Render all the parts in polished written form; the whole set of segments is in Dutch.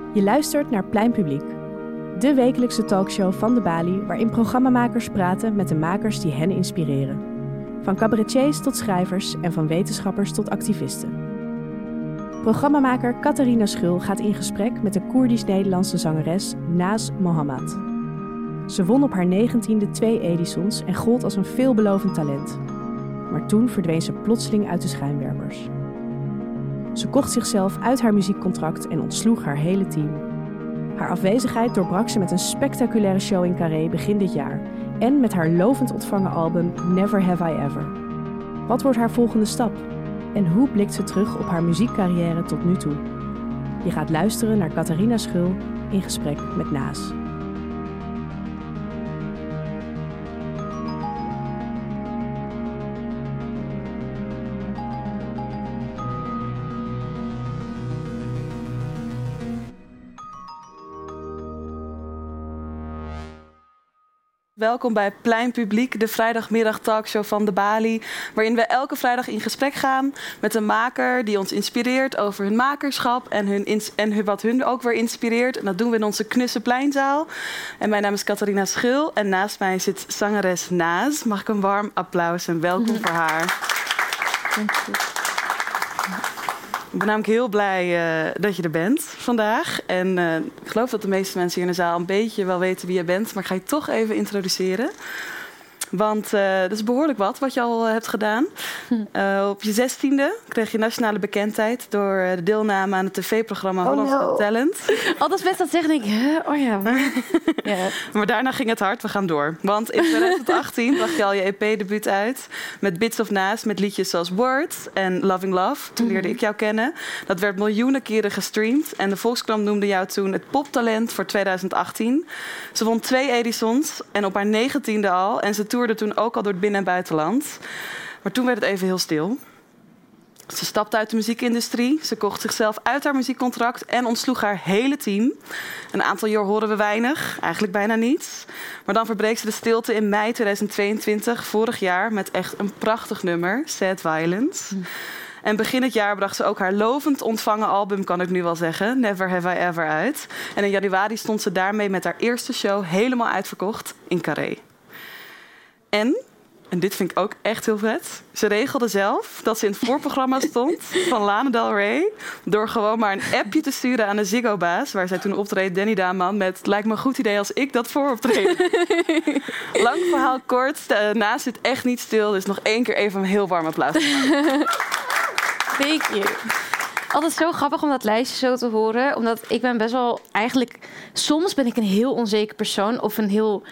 Je luistert naar Plein Publiek, de wekelijkse talkshow van de Bali, waarin programmamakers praten met de makers die hen inspireren. Van cabaretiers tot schrijvers en van wetenschappers tot activisten. Programmamaker Catharina Schul gaat in gesprek met de Koerdisch-Nederlandse zangeres Naaz Mohammad. Ze won op haar 19e 2 Edisons en gold als een veelbelovend talent. Maar toen verdween ze plotseling uit de schijnwerpers. Ze kocht zichzelf uit haar muziekcontract en ontsloeg haar hele team. Haar afwezigheid doorbrak ze met een spectaculaire show in Carré begin dit jaar en met haar lovend ontvangen album Never Have I Ever. Wat wordt haar volgende stap? En hoe blikt ze terug op haar muziekcarrière tot nu toe? Je gaat luisteren naar Catharina Schul in gesprek met Naaz. Welkom bij Plein Publiek, de vrijdagmiddag talkshow van de Bali, waarin we elke vrijdag in gesprek gaan met een maker die ons inspireert over hun makerschap en wat hun ook weer inspireert. En dat doen we in onze knusse pleinzaal. En mijn naam is Catharina Schul en naast mij zit zangeres Naaz. Mag ik een warm applaus en welkom voor haar. Dank je. Ik ben namelijk heel blij dat je er bent vandaag. En ik geloof dat de meeste mensen hier in de zaal een beetje wel weten wie je bent. Maar ik ga je toch even introduceren. Want dat is behoorlijk wat je al hebt gedaan. Op je 16e kreeg je nationale bekendheid door de deelname aan het tv-programma Holland's Got Talent. Altijd best dat zeggen, denk ik, oh ja. Ja. Maar daarna ging het hard, we gaan door. Want in 2018 bracht je al je EP-debuut uit met Bits of Naaz, met liedjes zoals Words en Loving Love. Toen leerde ik jou kennen. Dat werd miljoenen keren gestreamd. En de Volkskrant noemde jou toen het poptalent voor 2018. Ze won 2 Edisons en op haar 19e al. En ze toerde toen ook al door het binnen- en buitenland. Maar toen werd het even heel stil. Ze stapte uit de muziekindustrie. Ze kocht zichzelf uit haar muziekcontract en ontsloeg haar hele team. Een aantal jaar horen we weinig, eigenlijk bijna niets. Maar dan verbreekt ze de stilte in mei 2022, vorig jaar, met echt een prachtig nummer, Sad Violence. En begin het jaar bracht ze ook haar lovend ontvangen album, kan ik nu wel zeggen, Never Have I Ever uit. En in januari stond ze daarmee met haar eerste show helemaal uitverkocht in Carré. En dit vind ik ook echt heel vet, ze regelde zelf dat ze in het voorprogramma stond van Lana Del Rey door gewoon maar een appje te sturen aan de Ziggo-baas, waar zij toen optreed, Danny Daman, met het lijkt me een goed idee als ik dat vooroptreed. Lang verhaal kort, Naaz zit echt niet stil, dus nog 1 keer even een heel warm applaus. Thank you. Altijd zo grappig om dat lijstje zo te horen, omdat ik ben best wel eigenlijk, soms ben ik een heel onzeker persoon of een heel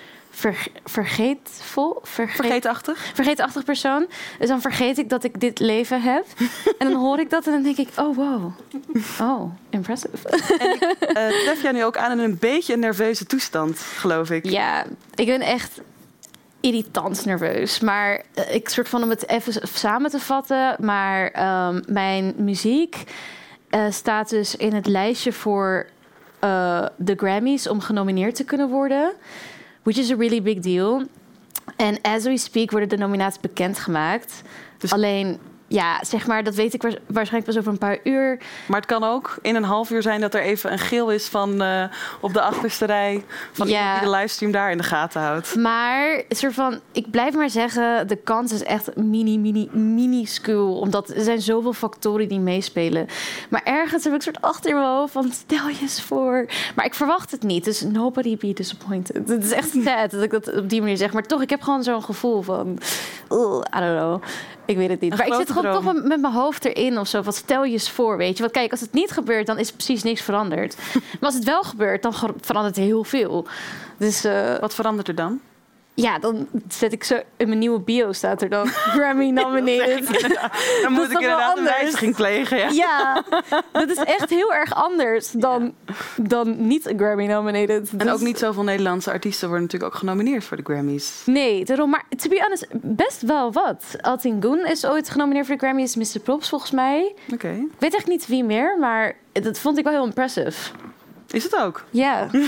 vergeetachtig persoon. Dus dan vergeet ik dat ik dit leven heb. En dan hoor ik dat en dan denk ik, oh wow. Oh, impressive. En ik tref jij nu ook aan in een beetje een nerveuze toestand, geloof ik. Ja, ik ben echt irritant nerveus. Maar ik soort van om het even samen te vatten. Maar mijn muziek staat dus in het lijstje voor de Grammys om genomineerd te kunnen worden. Which is a really big deal. En as we speak worden de nominaties bekendgemaakt. Dus alleen, ja, zeg maar, dat weet ik waarschijnlijk pas over een paar uur. Maar het kan ook in een half uur zijn dat er even een geel is van op de achterste rij van iemand die de livestream daar in de gaten houdt. Maar soort van, ik blijf maar zeggen, de kans is echt minuscuul. Omdat er zijn zoveel factoren die meespelen. Maar ergens heb ik soort achter in mijn hoofd van, stel je eens voor. Maar ik verwacht het niet, dus nobody be disappointed. Het is echt sad dat ik dat op die manier zeg. Maar toch, ik heb gewoon zo'n gevoel van, I don't know. Ik weet het niet. Maar ik zit gewoon toch met mijn hoofd erin of zo. Wat stel je eens voor, weet je. Want kijk, als het niet gebeurt, dan is precies niks veranderd. Maar als het wel gebeurt, dan verandert heel veel. Dus, wat verandert er dan? Ja, dan zet ik zo... In mijn nieuwe bio staat er dan Grammy nominated. Dan moet ik inderdaad een wijziging plegen. Ja. Ja, dat is echt heel erg anders dan niet een Grammy nominated. En ook niet zoveel Nederlandse artiesten worden natuurlijk ook genomineerd voor de Grammys. Nee, daarom. Maar to be honest, best wel wat. Elton John is ooit genomineerd voor de Grammys. Mr. Props volgens mij. Oké. Ik weet echt niet wie meer, maar dat vond ik wel heel impressive. Is het ook? Ja.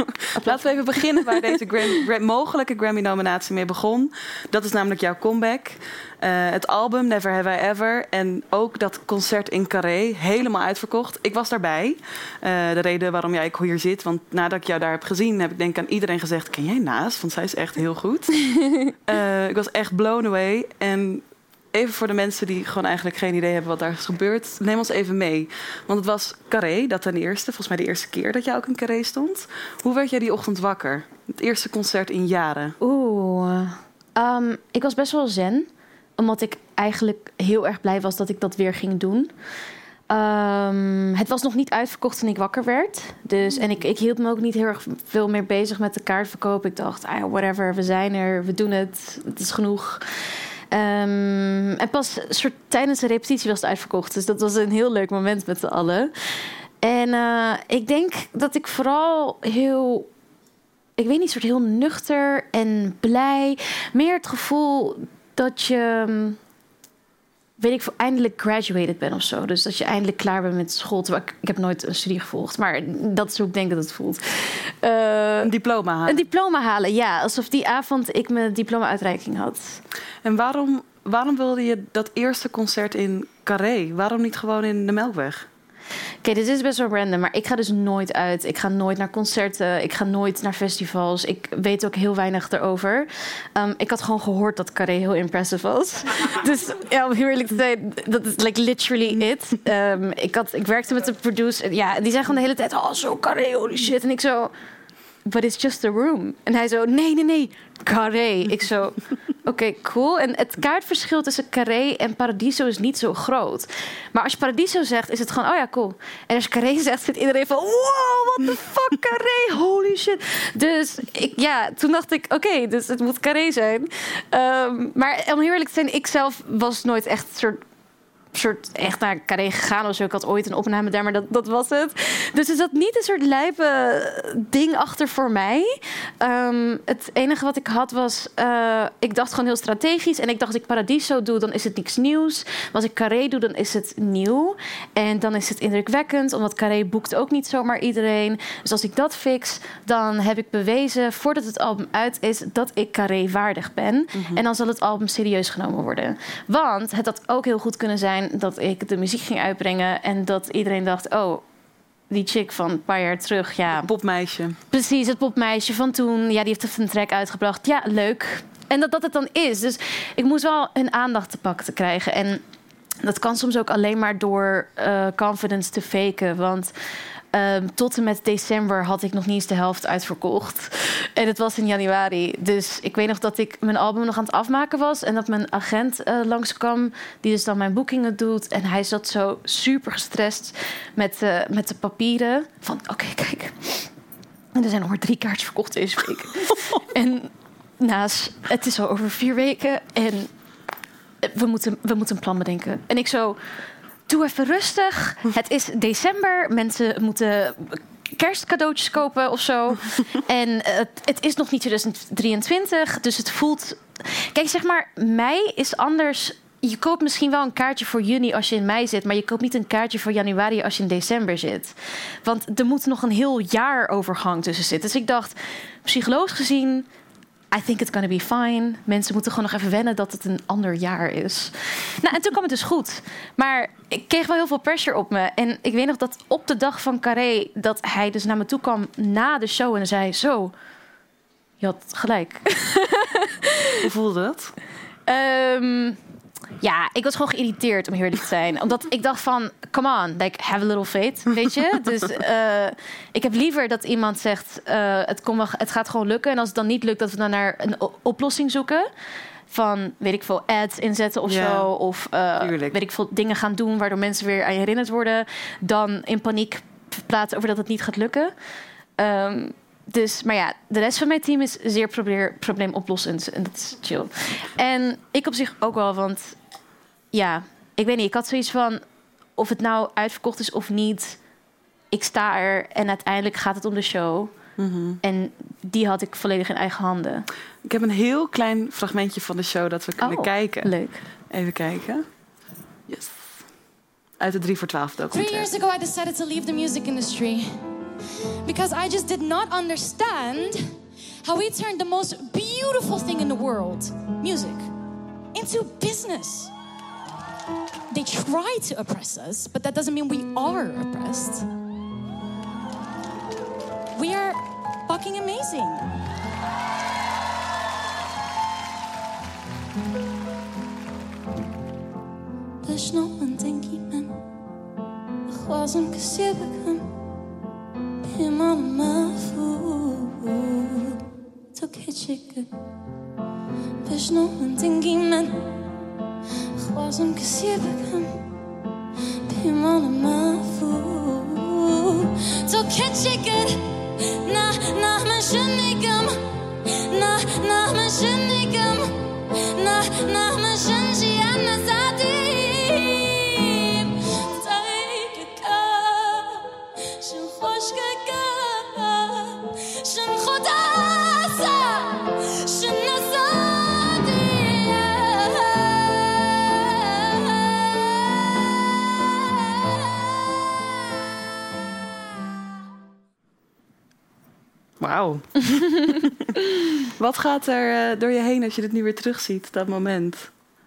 Laten we even beginnen waar deze mogelijke Grammy-nominatie mee begon. Dat is namelijk jouw comeback. Het album Never Have I Ever. En ook dat concert in Carré. Helemaal uitverkocht. Ik was daarbij. De reden waarom jij hier zit. Want nadat ik jou daar heb gezien, heb ik denk aan iedereen gezegd... ken jij Naas? Want zij is echt heel goed. Ik was echt blown away. En even voor de mensen die gewoon eigenlijk geen idee hebben wat daar is gebeurd. Neem ons even mee. Want het was Carré, dat ten eerste. Volgens mij de eerste keer dat jij ook in Carré stond. Hoe werd jij die ochtend wakker? Het eerste concert in jaren. Ik was best wel zen. Omdat ik eigenlijk heel erg blij was dat ik dat weer ging doen. Het was nog niet uitverkocht toen ik wakker werd. Dus, en ik hield me ook niet heel erg veel meer bezig met de kaartverkoop. Ik dacht, whatever, we zijn er, we doen het. Het is genoeg. En pas soort tijdens de repetitie was het uitverkocht. Dus dat was een heel leuk moment met z'n allen. En ik denk dat ik vooral soort heel nuchter en blij. Meer het gevoel dat je, eindelijk graduated bent of zo. Dus dat je eindelijk klaar bent met school. Terwijl ik heb nooit een studie gevolgd. Maar dat is hoe ik denk dat het voelt. Een diploma halen. Een diploma halen, ja. Alsof die avond ik mijn diploma-uitreiking had. En waarom wilde je dat eerste concert in Carré? Waarom niet gewoon in de Melkweg? Oké, dit is best wel random, maar ik ga dus nooit uit. Ik ga nooit naar concerten. Ik ga nooit naar festivals. Ik weet ook heel weinig erover. Ik had gewoon gehoord dat Carré heel impressive was. Dus ja, om heel eerlijk te zijn, dat is like literally it. Ik werkte met de producer. Ja, die zei gewoon de hele tijd, zo Carré, holy shit. En ik zo, but it's just a room. En hij zo, nee, Carré. Ik zo, oké, cool. En het kaartverschil tussen Carré en Paradiso is niet zo groot. Maar als je Paradiso zegt, is het gewoon, oh ja, cool. En als je Carré zegt, vindt iedereen van, wow, what the fuck, Carré, holy shit. Dus toen dacht ik, oké, dus het moet Carré zijn. Maar om heel eerlijk te zijn, ik zelf was nooit echt soort echt naar Carré gegaan of zo. Ik had ooit een opname daar, maar dat was het. Dus er zat niet een soort lijpe ding achter voor mij. Het enige wat ik had was, ik dacht gewoon heel strategisch. En ik dacht, als ik Paradiso doe, dan is het niks nieuws. Maar als ik Carré doe, dan is het nieuw. En dan is het indrukwekkend, omdat Carré boekt ook niet zomaar iedereen. Dus als ik dat fix, dan heb ik bewezen, voordat het album uit is, dat ik Carré waardig ben. Mm-hmm. En dan zal het album serieus genomen worden. Want het had ook heel goed kunnen zijn dat ik de muziek ging uitbrengen en dat iedereen dacht, die chick van een paar jaar terug, ja. Het popmeisje. Precies, het popmeisje van toen. Ja, die heeft een track uitgebracht. Ja, leuk. En dat het dan is. Dus ik moest wel hun aandacht te pakken te krijgen. En dat kan soms ook alleen maar door confidence te faken. Want tot en met december had ik nog niet eens de helft uitverkocht. En het was in januari. Dus ik weet nog dat ik mijn album nog aan het afmaken was. En dat mijn agent langskwam, die dus dan mijn boekingen doet. En hij zat zo super gestrest met de papieren. Van, oké, kijk. En er zijn nog maar 3 kaartjes verkocht deze week. En het is al over 4 weken. En we moeten een plan bedenken. En ik zo, doe even rustig. Het is december. Mensen moeten kerstcadeautjes kopen of zo. En het is nog niet 2023. Dus het voelt... Kijk, zeg maar, mei is anders. Je koopt misschien wel een kaartje voor juni als je in mei zit, maar je koopt niet een kaartje voor januari als je in december zit. Want er moet nog een heel jaar overgang tussen zitten. Dus ik dacht, psychologisch gezien, I think it's gonna be fine. Mensen moeten gewoon nog even wennen dat het een ander jaar is. Nou, en toen kwam het dus goed. Maar ik kreeg wel heel veel pressure op me. En ik weet nog dat op de dag van Carré, dat hij dus naar me toe kwam na de show en zei, zo, je had gelijk. Hoe voelde dat? Ja, ik was gewoon geïrriteerd, om eerlijk te zijn. Omdat ik dacht van, come on, like, have a little faith, weet je? Dus ik heb liever dat iemand zegt, het gaat gewoon lukken. En als het dan niet lukt, dat we dan naar een oplossing zoeken. Van, weet ik veel, ads inzetten of zo. Of, weet ik veel, dingen gaan doen waardoor mensen weer aan je herinnerd worden. Dan in paniek praten over dat het niet gaat lukken. Dus, maar ja, de rest van mijn team is zeer probleemoplossend. En dat is chill. En ik op zich ook wel, want ja, ik weet niet. Ik had zoiets van, of het nou uitverkocht is of niet, ik sta er en uiteindelijk gaat het om de show. Mm-hmm. En die had ik volledig in eigen handen. Ik heb een heel klein fragmentje van de show dat we kunnen kijken. Leuk. Even kijken. Yes. Uit de 3 voor 12 documentaire. 3 years ago I decided to leave the music industry. Because I just did not understand how we turned the most beautiful thing in the world, music, into business. They try to oppress us, but that doesn't mean we are oppressed. We are fucking amazing. There's no one thinking man. Głosem kasiebekam. Pimama food. Took a chicken. There's no one thinking man. Głosem kasiebekam. Pimama food. Took a chicken. Na mashinikam. Na mashinikam. Na mashinjiana zadi. Wauw. Wat gaat er door je heen als je dit nu weer terugziet, dat moment?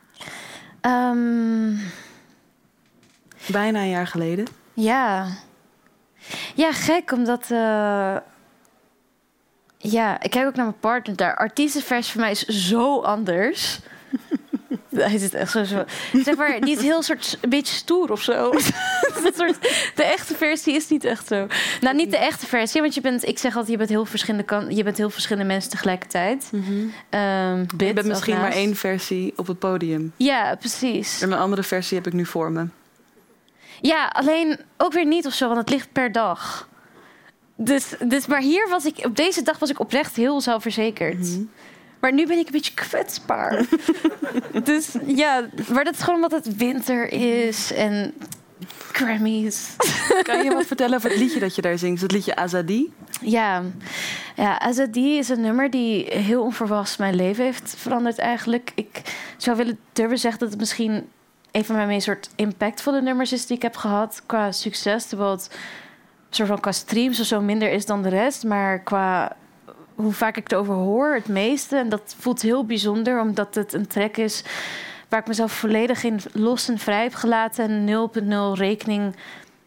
Bijna een jaar geleden. Ja. Ja, gek, omdat... Ja, ik kijk ook naar mijn partner daar. Artiestenvers voor mij is zo anders. Hij zit echt zo... Zeg maar, die is heel soort een beetje stoer of zo. De echte versie is niet echt zo. Nou, niet de echte versie, want ik zeg altijd, je bent heel verschillende mensen tegelijkertijd. Mm-hmm. Je bent misschien maar één versie op het podium. Ja, precies. En een andere versie heb ik nu voor me. Ja, alleen ook weer niet of zo, want het ligt per dag. Dus maar hier op deze dag was ik oprecht heel zelfverzekerd. Mm-hmm. Maar nu ben ik een beetje kwetsbaar. Dus ja, maar dat is gewoon omdat het winter is en Grammys. Kan je wat vertellen over het liedje dat je daar zingt? Het liedje Azadi? Ja, Azadi is een nummer die heel onverwachts mijn leven heeft veranderd eigenlijk. Ik zou willen durven zeggen dat het misschien een van mijn meest soort impactvolle nummers is die ik heb gehad qua succes. Terwijl het soort van qua streams of zo minder is dan de rest. Maar qua hoe vaak ik het over hoor, het meeste. En dat voelt heel bijzonder, omdat het een track is waar ik mezelf volledig in los en vrij heb gelaten. En 0.0 rekening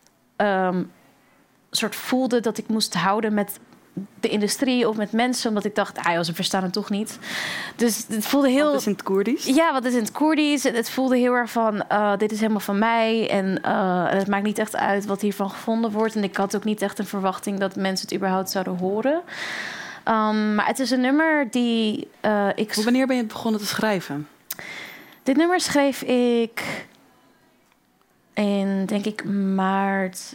soort voelde dat ik moest houden met de industrie of met mensen, omdat ik dacht, ze verstaan het toch niet. Dus het voelde heel... Wat is in het Koerdisch? Ja, wat is in het Koerdisch. Het voelde heel erg van, dit is helemaal van mij. En het maakt niet echt uit wat hiervan gevonden wordt. En ik had ook niet echt een verwachting dat mensen het überhaupt zouden horen. Maar het is een nummer die Wanneer ben je begonnen te schrijven? Dit nummer schreef ik in, denk ik, maart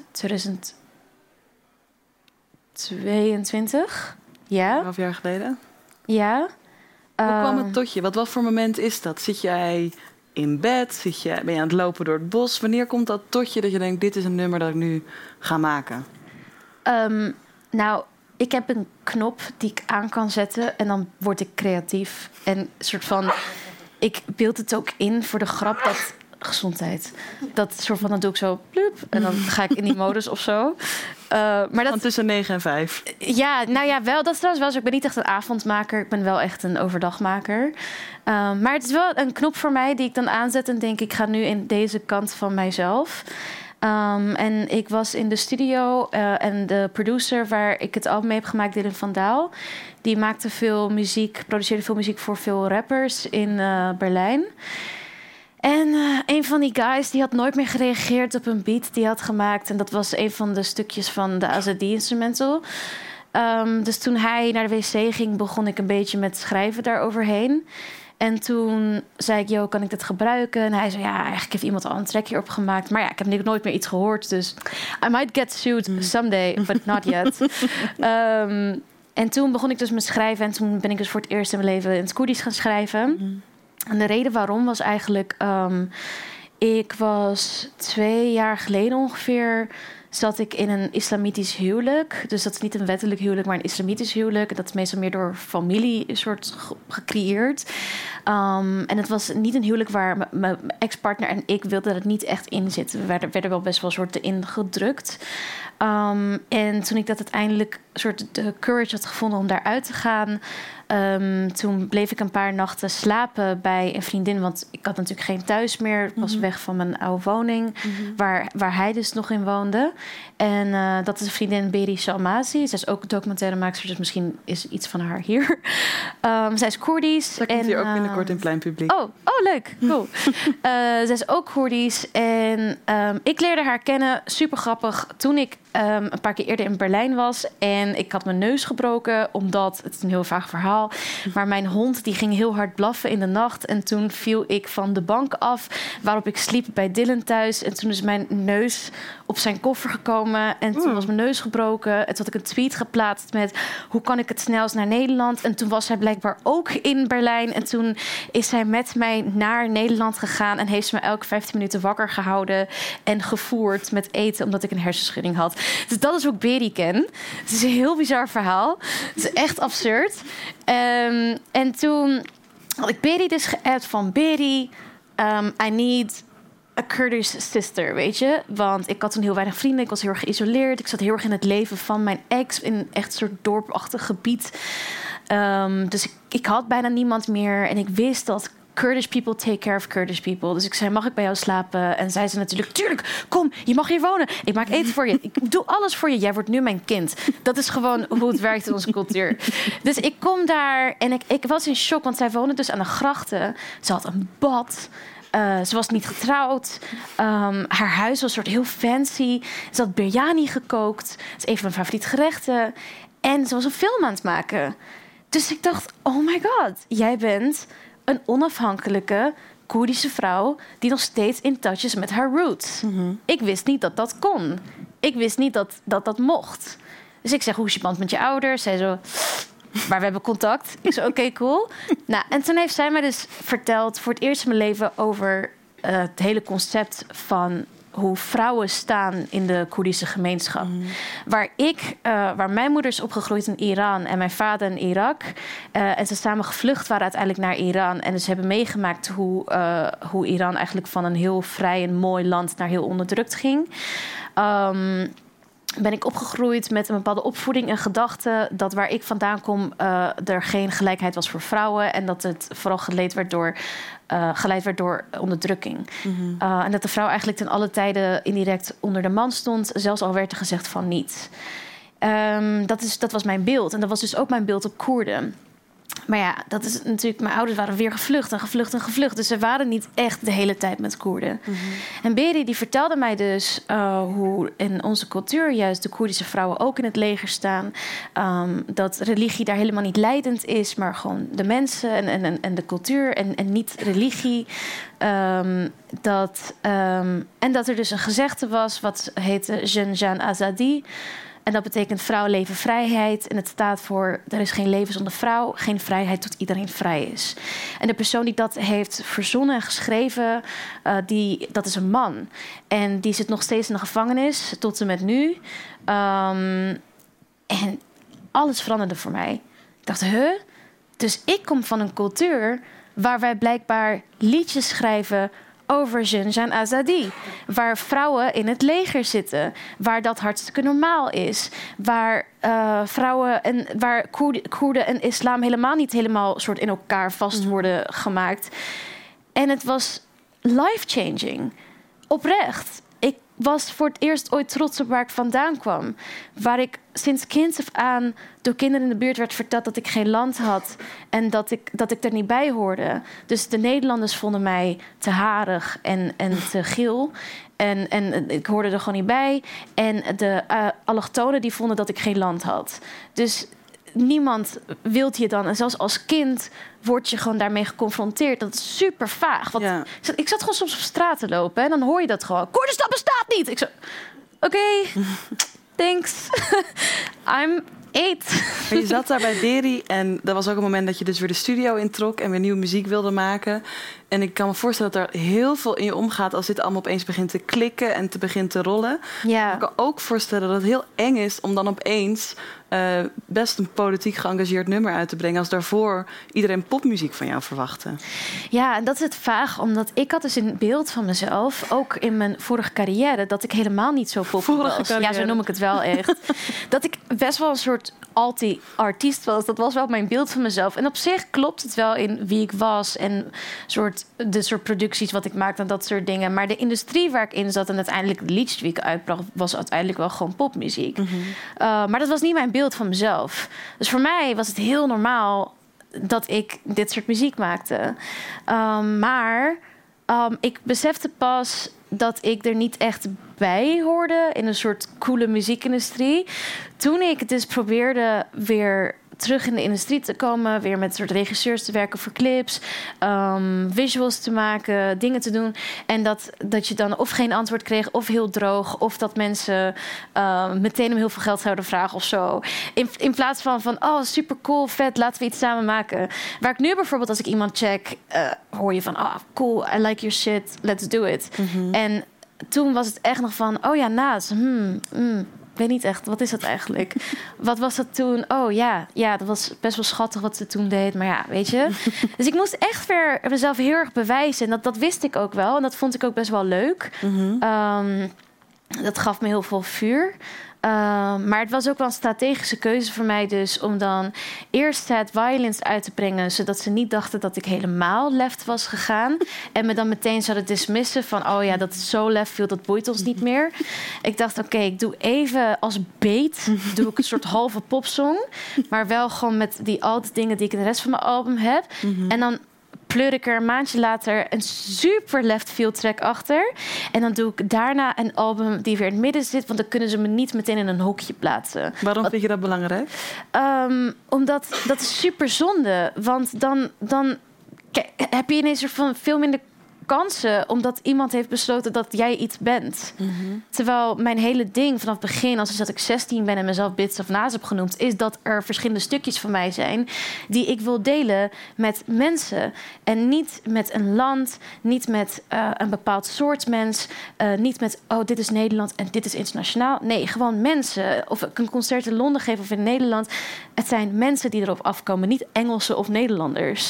2022. Ja. 12 jaar geleden? Ja. Hoe kwam het tot je? Wat voor moment is dat? Zit jij in bed? Ben je aan het lopen door het bos? Wanneer komt dat tot je dat je denkt, dit is een nummer dat ik nu ga maken? Nou, ik heb een knop die ik aan kan zetten en dan word ik creatief. En soort van, ik beeld het ook in voor de grap dat gezondheid. Dat soort van, dan doe ik zo plup en dan ga ik in die modus of zo. Maar dat tussen 9 en 5. Ja, nou ja, wel. Dat is trouwens wel zo. Ik ben niet echt een avondmaker. Ik ben wel echt een overdagmaker. Maar het is wel een knop voor mij die ik dan aanzet en denk, ik ga nu in deze kant van mijzelf. En ik was in de studio en de producer waar ik het album mee heb gemaakt, Dylan van Daal, die maakte veel muziek, produceerde veel muziek voor veel rappers in Berlijn. En een van die guys die had nooit meer gereageerd op een beat die hij had gemaakt. En dat was een van de stukjes van de Azadi-instrumental. Dus toen hij naar de wc ging, begon ik een beetje met schrijven daaroverheen. En toen zei ik, kan ik dat gebruiken? En hij zei, eigenlijk heeft iemand al een track hierop gemaakt. Maar ik heb nooit meer iets gehoord. Dus I might get sued someday, but not yet. En toen begon ik dus met schrijven. En toen ben ik dus voor het eerst in mijn leven in het Koerdisch gaan schrijven. En de reden waarom was eigenlijk, ik was 2 jaar geleden ongeveer zat ik in een islamitisch huwelijk. Dus dat is niet een wettelijk huwelijk, maar een islamitisch huwelijk. Dat is meestal meer door familie soort gecreëerd. En het was niet een huwelijk waar mijn ex-partner en ik wilden er niet echt in zitten. We werden wel best wel soort erin gedrukt. En toen ik dat uiteindelijk soort de courage had gevonden om daaruit te gaan, toen bleef ik een paar nachten slapen bij een vriendin, want ik had natuurlijk geen thuis meer. Ik was weg van mijn oude woning, waar hij dus nog in woonde. En dat is een vriendin, Beri Shalmazi. Zij is ook documentairemaakster, dus misschien is iets van haar hier. Zij is Koerdisch. Zij komt hier ook binnenkort in Plein Publiek. Oh, leuk. Cool. Zij is ook Koerdisch. En ik leerde haar kennen, super grappig, toen ik een paar keer eerder in Berlijn was. En ik had mijn neus gebroken, omdat, het is een heel vaag verhaal, maar mijn hond die ging heel hard blaffen in de nacht. En toen viel ik van de bank af, waarop ik sliep bij Dylan thuis. En toen is mijn neus op zijn koffer gekomen. En toen was mijn neus gebroken. En toen had ik een tweet geplaatst met: hoe kan ik het snelst naar Nederland? En toen was hij blijkbaar ook in Berlijn. En toen is hij met mij naar Nederland gegaan en heeft ze me elke 15 minuten wakker gehouden en gevoerd met eten, omdat ik een hersenschudding had. Dus dat is hoe ik Beri ken. Het is een heel bizar verhaal. Het is echt absurd. En toen had ik Beri dus geappt van: Beri, I need a Kurdish sister, weet je. Want ik had toen heel weinig vrienden. Ik was heel erg geïsoleerd. Ik zat heel erg in het leven van mijn ex, in een echt soort dorpachtig gebied. Dus ik had bijna niemand meer. En ik wist dat Kurdish people take care of Kurdish people. Dus ik zei: mag ik bij jou slapen? En zij zei natuurlijk: tuurlijk, kom, je mag hier wonen. Ik maak eten voor je. Ik doe alles voor je. Jij wordt nu mijn kind. Dat is gewoon hoe het werkt in onze cultuur. Dus ik kom daar en ik was in shock, want zij woonde dus aan de grachten. Ze had een bad. Ze was niet getrouwd. Haar huis was een soort heel fancy. Ze had biryani gekookt. Dat is een van mijn favoriete gerechten. En ze was een film aan het maken. Dus ik dacht: oh my god, jij bent een onafhankelijke Koerdische vrouw die nog steeds in touch is met haar roots. Ik wist niet dat dat kon. Ik wist niet dat mocht. Dus ik zeg: hoe is je band met je ouders? Zij zo: maar we hebben contact. Ik zei: oké, cool. Nou, en toen heeft zij mij dus verteld voor het eerst in mijn leven over het hele concept van hoe vrouwen staan in de Koerdische gemeenschap. Waar mijn moeder is opgegroeid in Iran en mijn vader in Irak. En ze samen gevlucht waren uiteindelijk naar Iran. En dus hebben meegemaakt hoe Iran eigenlijk van een heel vrij en mooi land naar heel onderdrukt ging. Ben ik opgegroeid met een bepaalde opvoeding en gedachte dat waar ik vandaan kom er geen gelijkheid was voor vrouwen en dat het vooral geleid werd door onderdrukking. En dat de vrouw eigenlijk ten alle tijden indirect onder de man stond, zelfs al werd er gezegd van niet. Dat was mijn beeld en dat was dus ook mijn beeld op Koerden. Maar ja, dat is natuurlijk, mijn ouders waren weer gevlucht. Dus ze waren niet echt de hele tijd met Koerden. En Beri die vertelde mij dus hoe in onze cultuur juist de Koerdische vrouwen ook in het leger staan. Dat religie daar helemaal niet leidend is, maar gewoon de mensen en de cultuur en niet religie. En dat er dus een gezegde was wat heette Jan Azadi. En dat betekent vrouw, leven, vrijheid. En het staat voor: er is geen leven zonder vrouw, geen vrijheid tot iedereen vrij is. En de persoon die dat heeft verzonnen en geschreven, dat is een man. En die zit nog steeds in de gevangenis, tot en met nu. En alles veranderde voor mij. Ik dacht: dus ik kom van een cultuur waar wij blijkbaar liedjes schrijven over Jan Azadi. Waar vrouwen in het leger zitten. Waar dat hartstikke normaal is. Waar waar Koerden en islam helemaal niet helemaal soort in elkaar vast worden gemaakt. En het was life-changing. Oprecht. Ik was voor het eerst ooit trots op waar ik vandaan kwam. Waar ik sinds kind af aan door kinderen in de buurt werd verteld dat ik geen land had en dat ik er niet bij hoorde. Dus de Nederlanders vonden mij te harig en te geel. En ik hoorde er gewoon niet bij. En de allochtonen die vonden dat ik geen land had. Dus niemand wilt je dan. En zelfs als kind word je gewoon daarmee geconfronteerd. Dat is super vaag. Want Ja. ik zat gewoon soms op straat te lopen en dan hoor je dat gewoon. Koerdistan bestaat niet! Ik zo, oké, thanks. I'm 8. Maar je zat daar bij Beri en dat was ook een moment dat je dus weer de studio introk en weer nieuwe muziek wilde maken. En ik kan me voorstellen dat er heel veel in je omgaat als dit allemaal opeens begint te klikken en te begint te rollen. Ja. Ik kan ook voorstellen dat het heel eng is om dan opeens best een politiek geëngageerd nummer uit te brengen als daarvoor iedereen popmuziek van jou verwachtte. Ja, en dat is het vaag, omdat ik had dus een beeld van mezelf, ook in mijn vorige carrière, dat ik helemaal niet zo poppy was. Ja, zo noem ik het wel echt. Dat ik best wel een soort artiest was. Dat was wel mijn beeld van mezelf. En op zich klopt het wel in wie ik was en de soort producties wat ik maakte en dat soort dingen. Maar de industrie waar ik in zat en uiteindelijk de liedjes die ik uitbracht, was uiteindelijk wel gewoon popmuziek. Maar dat was niet mijn beeld van mezelf. Dus voor mij was het heel normaal dat ik dit soort muziek maakte. Maar ik besefte pas dat ik er niet echt bij hoorde in een soort coole muziekindustrie. Toen ik dus probeerde weer terug in de industrie te komen, weer met soort regisseurs te werken voor clips, visuals te maken, dingen te doen. En dat je dan of geen antwoord kreeg, of heel droog, of dat mensen meteen om heel veel geld zouden vragen of zo. In plaats van oh, super cool, vet, laten we iets samen maken. Waar ik nu bijvoorbeeld, als ik iemand check, hoor je van, cool, I like your shit, let's do it. En toen was het echt nog van, oh ja, Naas, ik weet niet echt, wat is dat eigenlijk? Wat was dat toen? Oh ja, dat was best wel schattig wat ze toen deed. Maar ja, weet je. Dus ik moest echt weer mezelf heel erg bewijzen. En dat wist ik ook wel. En dat vond ik ook best wel leuk. Dat gaf me heel veel vuur. Maar het was ook wel een strategische keuze voor mij dus om dan eerst Sad Violence uit te brengen, zodat ze niet dachten dat ik helemaal left was gegaan. En me dan meteen zouden dismissen van, oh ja, dat is zo left field, dat boeit ons niet meer. Ik dacht, oké, ik doe even als bait, doe ik een soort halve popsong, maar wel gewoon met die oude dingen die ik in de rest van mijn album heb. En dan pleur ik er een maandje later een super left field track achter. En dan doe ik daarna een album die weer in het midden zit, want dan kunnen ze me niet meteen in een hokje plaatsen. Waarom vind je dat belangrijk? Omdat dat is super zonde. Want dan heb je ineens van veel minder kansen, omdat iemand heeft besloten dat jij iets bent. Terwijl mijn hele ding vanaf het begin, als dat ik 16 ben en mezelf Bits of Naas heb genoemd, is dat er verschillende stukjes van mij zijn die ik wil delen met mensen. En niet met een land, niet met een bepaald soort mens, niet met, oh, dit is Nederland en dit is internationaal. Nee, gewoon mensen. Of ik een concert in Londen geef of in Nederland. Het zijn mensen die erop afkomen, niet Engelsen of Nederlanders.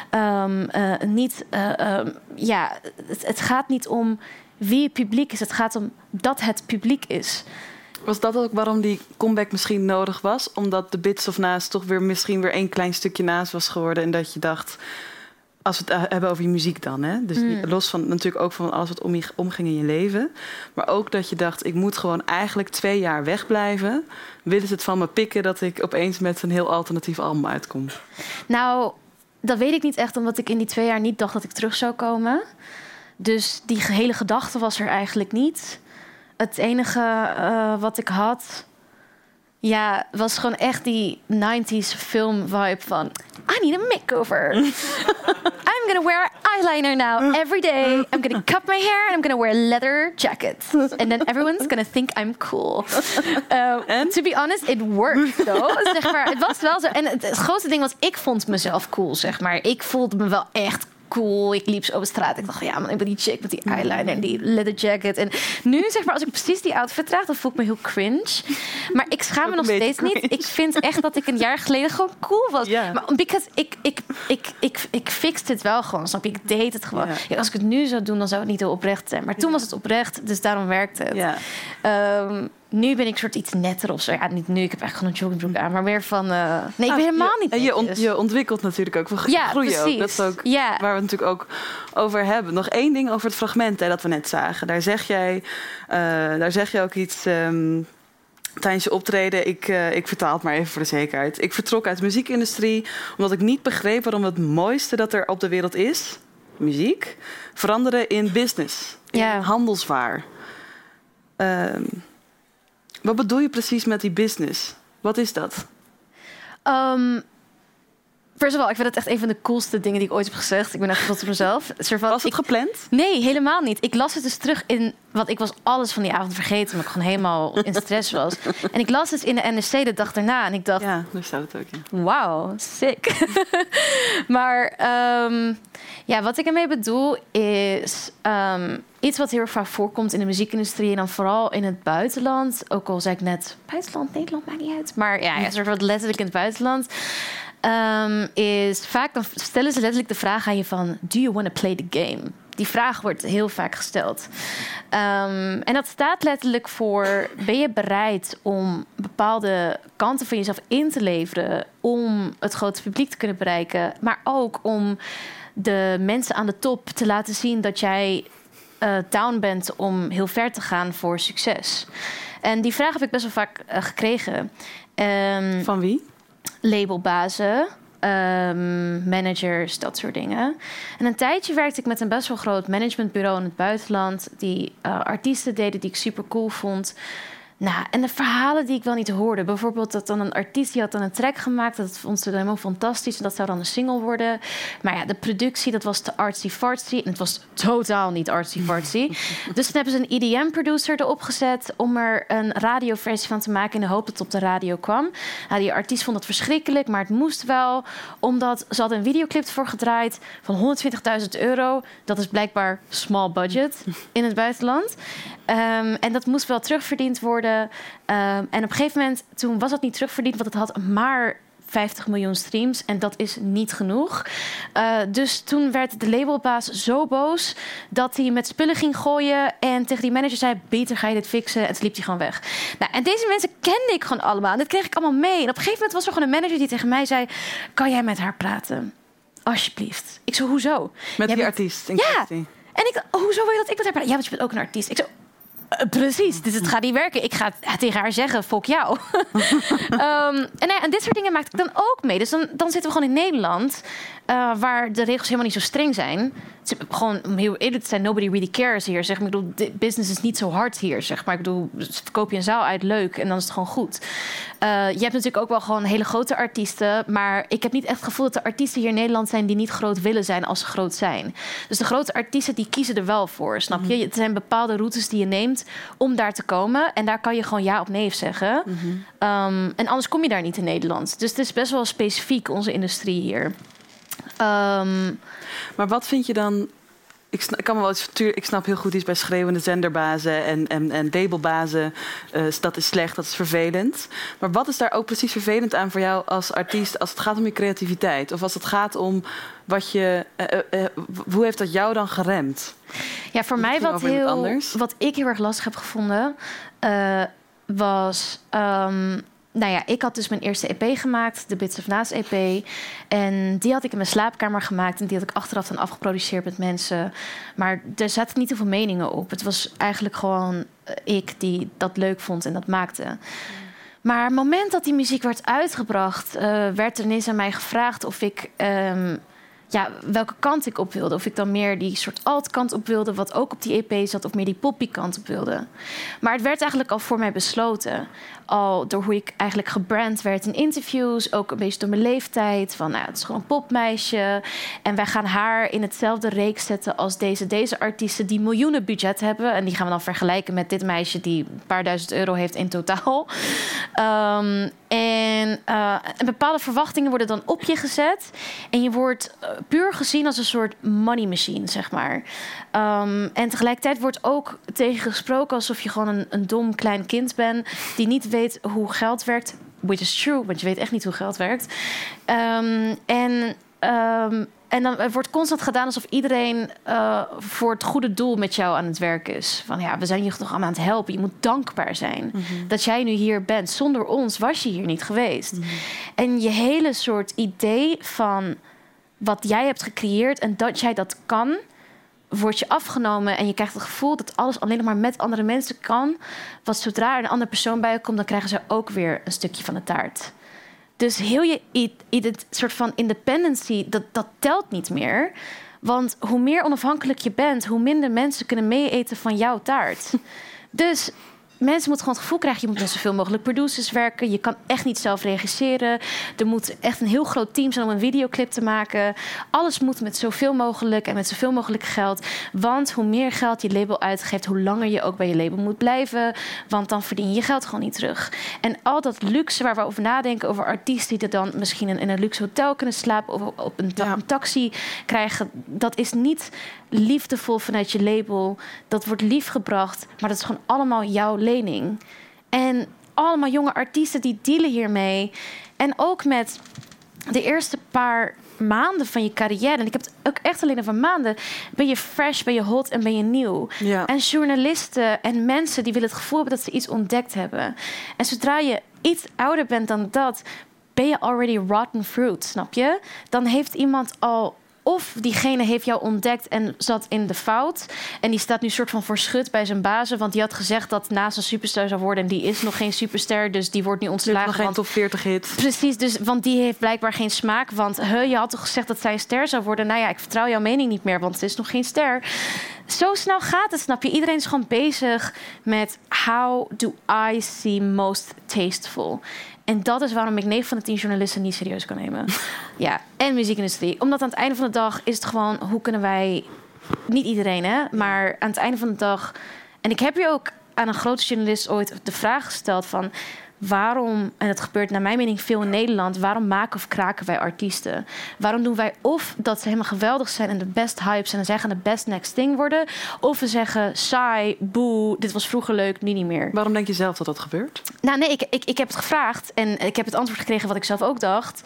Het gaat niet om wie het publiek is. Het gaat om dat het publiek is. Was dat ook waarom die comeback misschien nodig was? Omdat de Bits of Naas toch weer misschien weer een klein stukje naast was geworden. En dat je dacht, als we het hebben over je muziek dan, hè? Dus los van natuurlijk ook van alles wat omging in je leven. Maar ook dat je dacht, ik moet gewoon eigenlijk 2 jaar wegblijven. Willen ze het van me pikken dat ik opeens met een heel alternatief album uitkom? Nou, dat weet ik niet echt, omdat ik in die 2 jaar niet dacht dat ik terug zou komen. Dus die hele gedachte was er eigenlijk niet. Het enige wat ik had, was gewoon echt die 90s film vibe van, I need a makeover. I'm gonna wear eyeliner now every day. I'm gonna cut my hair and I'm gonna wear a leather jacket. And then everyone's gonna think I'm cool. To be honest, it worked though. Zeg maar, het was wel zo. En het grootste ding was, ik vond mezelf cool, zeg maar. Ik voelde me wel echt cool. Ik liep zo op straat. Ik dacht, ja man, ik ben die chick met die eyeliner en die leather jacket. En nu, zeg maar, als ik precies die outfit draag, dan voel ik me heel cringe. Maar ik schaam me nog steeds niet. Ik vind echt dat ik een jaar geleden gewoon cool was. Yeah. Maar because ik fixte het wel gewoon, snap je? Ik deed het gewoon. Ja, als ik het nu zou doen, dan zou het niet heel oprecht zijn. Maar toen was het oprecht, dus daarom werkte het. Nu ben ik soort iets netter of zo. Ja, niet nu, ik heb echt gewoon een joggingbroek aan. Maar meer van, nee, ik ben helemaal niet netjes. Je ontwikkelt natuurlijk ook. We groeien precies. ook. Dat is ook waar we het natuurlijk ook over hebben. Nog 1 ding over het fragment dat we net zagen. Daar zeg jij ook iets tijdens je optreden. Ik vertaal het maar even voor de zekerheid. Ik vertrok uit de muziekindustrie omdat ik niet begreep waarom het mooiste dat er op de wereld is, muziek, veranderde in business. In handelswaar. Wat bedoel je precies met die business? Wat is dat? First of all, ik vind het echt een van de coolste dingen die ik ooit heb gezegd. Ik ben echt trots op mezelf. Was het gepland? Nee, helemaal niet. Ik las het dus terug in... Want ik was alles van die avond vergeten... omdat ik gewoon helemaal in stress was. En ik las het in de NRC de dag daarna. En ik dacht... Ja, daar staat het ook in. Wauw, sick. Maar wat ik ermee bedoel is... iets wat heel erg vaak voorkomt in de muziekindustrie... en dan vooral in het buitenland. Ook al zei ik net... Buitenland, Nederland, maakt niet uit. Maar ja, soort van letterlijk in het buitenland... is vaak... dan stellen ze letterlijk de vraag aan je van... Do you want to play the game? Die vraag wordt heel vaak gesteld. En dat staat letterlijk voor... ben je bereid om bepaalde kanten van jezelf in te leveren... om het grote publiek te kunnen bereiken... maar ook om de mensen aan de top te laten zien... dat jij down bent om heel ver te gaan voor succes. En die vraag heb ik best wel vaak gekregen. Van wie? Labelbazen... managers, dat soort dingen. En een tijdje werkte ik met een best wel groot managementbureau in het buitenland... die artiesten deden die ik super cool vond... Nou, en de verhalen die ik wel niet hoorde. Bijvoorbeeld dat dan een artiest die had dan een track gemaakt. Dat vond ze dan helemaal fantastisch. En dat zou dan een single worden. Maar ja, de productie, dat was te artsy-fartsy. En het was totaal niet artsy-fartsy. Dus toen hebben ze een EDM-producer erop gezet... om er een radioversie van te maken... in de hoop dat het op de radio kwam. Nou, die artiest vond dat verschrikkelijk, maar het moest wel. Omdat ze hadden een videoclip ervoor gedraaid... van €120.000. Dat is blijkbaar small budget in het buitenland. En dat moest wel terugverdiend worden... en op een gegeven moment, toen was dat niet terugverdiend... want het had maar 50 miljoen streams en dat is niet genoeg. Dus toen werd de labelbaas zo boos... dat hij met spullen ging gooien en tegen die manager zei... beter ga je dit fixen, en toen liep hij gewoon weg. Nou, en deze mensen kende ik gewoon allemaal. En dat kreeg ik allemaal mee. En op een gegeven moment was er gewoon een manager die tegen mij zei... kan jij met haar praten? Alsjeblieft. Ik zo, hoezo? Met die artiest in kwestie? En ik, hoezo wil je dat ik met haar praat? Ja, want je bent ook een artiest. Ik zo... precies, dus het gaat niet werken. Ik ga tegen haar zeggen, fuck jou. En dit soort dingen maak ik dan ook mee. Dus dan zitten we gewoon in Nederland... waar de regels helemaal niet zo streng zijn. Gewoon, om heel eerlijk te zijn, nobody really cares hier. Zeg maar, ik bedoel, de business is niet zo hard hier. Zeg maar, ik bedoel, verkoop je een zaal uit, leuk. En dan is het gewoon goed. Je hebt natuurlijk ook wel gewoon hele grote artiesten. Maar ik heb niet echt het gevoel dat de artiesten hier in Nederland zijn... die niet groot willen zijn als ze groot zijn. Dus de grote artiesten, die kiezen er wel voor, snap je? Het zijn bepaalde routes die je neemt om daar te komen. En daar kan je gewoon ja of nee zeggen. En anders kom je daar niet in Nederland. Dus het is best wel specifiek, onze industrie hier. Maar wat vind je dan... Ik snap heel goed iets bij schreeuwende zenderbazen en labelbazen. Dat is slecht, dat is vervelend. Maar wat is daar ook precies vervelend aan voor jou als artiest... als het gaat om je creativiteit? Of als het gaat om wat je... hoe heeft dat jou dan geremd? Ja, voor mij wat ik heel erg lastig heb gevonden... was... nou ja, ik had dus mijn eerste EP gemaakt, de Bits of Naast EP. En die had ik in mijn slaapkamer gemaakt. En die had ik achteraf dan afgeproduceerd met mensen. Maar er zaten niet heel veel meningen op. Het was eigenlijk gewoon ik die dat leuk vond en dat maakte. Maar het moment dat die muziek werd uitgebracht... werd er ineens aan mij gevraagd of ik... welke kant ik op wilde. Of ik dan meer die soort alt-kant op wilde... wat ook op die EP zat, of meer die poppy-kant op wilde. Maar het werd eigenlijk al voor mij besloten. Al door hoe ik eigenlijk gebrand werd in interviews... ook een beetje door mijn leeftijd. Van, nou, het is gewoon een popmeisje. En wij gaan haar in hetzelfde reeks zetten... als deze artiesten die miljoenen budget hebben. En die gaan we dan vergelijken met dit meisje... die een paar €1000 heeft in totaal. En bepaalde verwachtingen worden dan op je gezet. En je wordt puur gezien als een soort money machine, zeg maar. En tegelijkertijd wordt ook tegen gesproken... alsof je gewoon een dom klein kind bent... die niet weet hoe geld werkt. Which is true, want je weet echt niet hoe geld werkt. En dan wordt constant gedaan alsof iedereen voor het goede doel met jou aan het werk is. Van ja, we zijn je toch allemaal aan het helpen. Je moet dankbaar zijn dat jij nu hier bent. Zonder ons was je hier niet geweest. En je hele soort idee van wat jij hebt gecreëerd en dat jij dat kan, wordt je afgenomen en je krijgt het gevoel dat alles alleen nog maar met andere mensen kan. Want zodra er een andere persoon bij komt, dan krijgen ze ook weer een stukje van de taart. Dus heel je soort van independency, dat telt niet meer. Want hoe meer onafhankelijk je bent, hoe minder mensen kunnen meeeten van jouw taart. Dus mensen moeten gewoon het gevoel krijgen... je moet met zoveel mogelijk producers werken. Je kan echt niet zelf regisseren. Er moet echt een heel groot team zijn om een videoclip te maken. Alles moet met zoveel mogelijk en met zoveel mogelijk geld. Want hoe meer geld je label uitgeeft... hoe langer je ook bij je label moet blijven. Want dan verdien je je geld gewoon niet terug. En al dat luxe waar we over nadenken... over artiesten die er dan misschien in een luxe hotel kunnen slapen... of op een taxi krijgen... dat is niet liefdevol vanuit je label. Dat wordt liefgebracht, maar dat is gewoon allemaal jouw lening. En allemaal jonge artiesten die dealen hiermee. En ook met de eerste paar maanden van je carrière... en ik heb het ook echt alleen over maanden... ben je fresh, ben je hot en ben je nieuw. Ja. En journalisten en mensen die willen het gevoel hebben... dat ze iets ontdekt hebben. En zodra je iets ouder bent dan dat... ben je already rotten fruit, snap je? Dan heeft iemand al... of diegene heeft jou ontdekt en zat in de fout. En die staat nu soort van voor schut bij zijn bazen. Want die had gezegd dat naast een superster zou worden... en die is nog geen superster, dus die wordt nu ontslagen. Nog geen top 40 hit. Precies, dus, want die heeft blijkbaar geen smaak. Want je had toch gezegd dat zij een ster zou worden? Nou ja, ik vertrouw jouw mening niet meer, want ze is nog geen ster. Zo snel gaat het, snap je? Iedereen is gewoon bezig met... how do I see most tasteful? En dat is waarom ik 9 van de 10 journalisten niet serieus kan nemen. Ja, en muziekindustrie. Omdat aan het einde van de dag is het gewoon... hoe kunnen wij... niet iedereen, hè? Maar aan het einde van de dag... en ik heb hier ook aan een grote journalist ooit de vraag gesteld van... waarom, en dat gebeurt naar mijn mening veel in Nederland... waarom maken of kraken wij artiesten? Waarom doen wij of dat ze helemaal geweldig zijn... en de best hype zijn en zij gaan de best next thing worden... of we zeggen saai, boe, dit was vroeger leuk, nu niet meer. Waarom denk je zelf dat dat gebeurt? Nou nee, ik heb het gevraagd en ik heb het antwoord gekregen wat ik zelf ook dacht...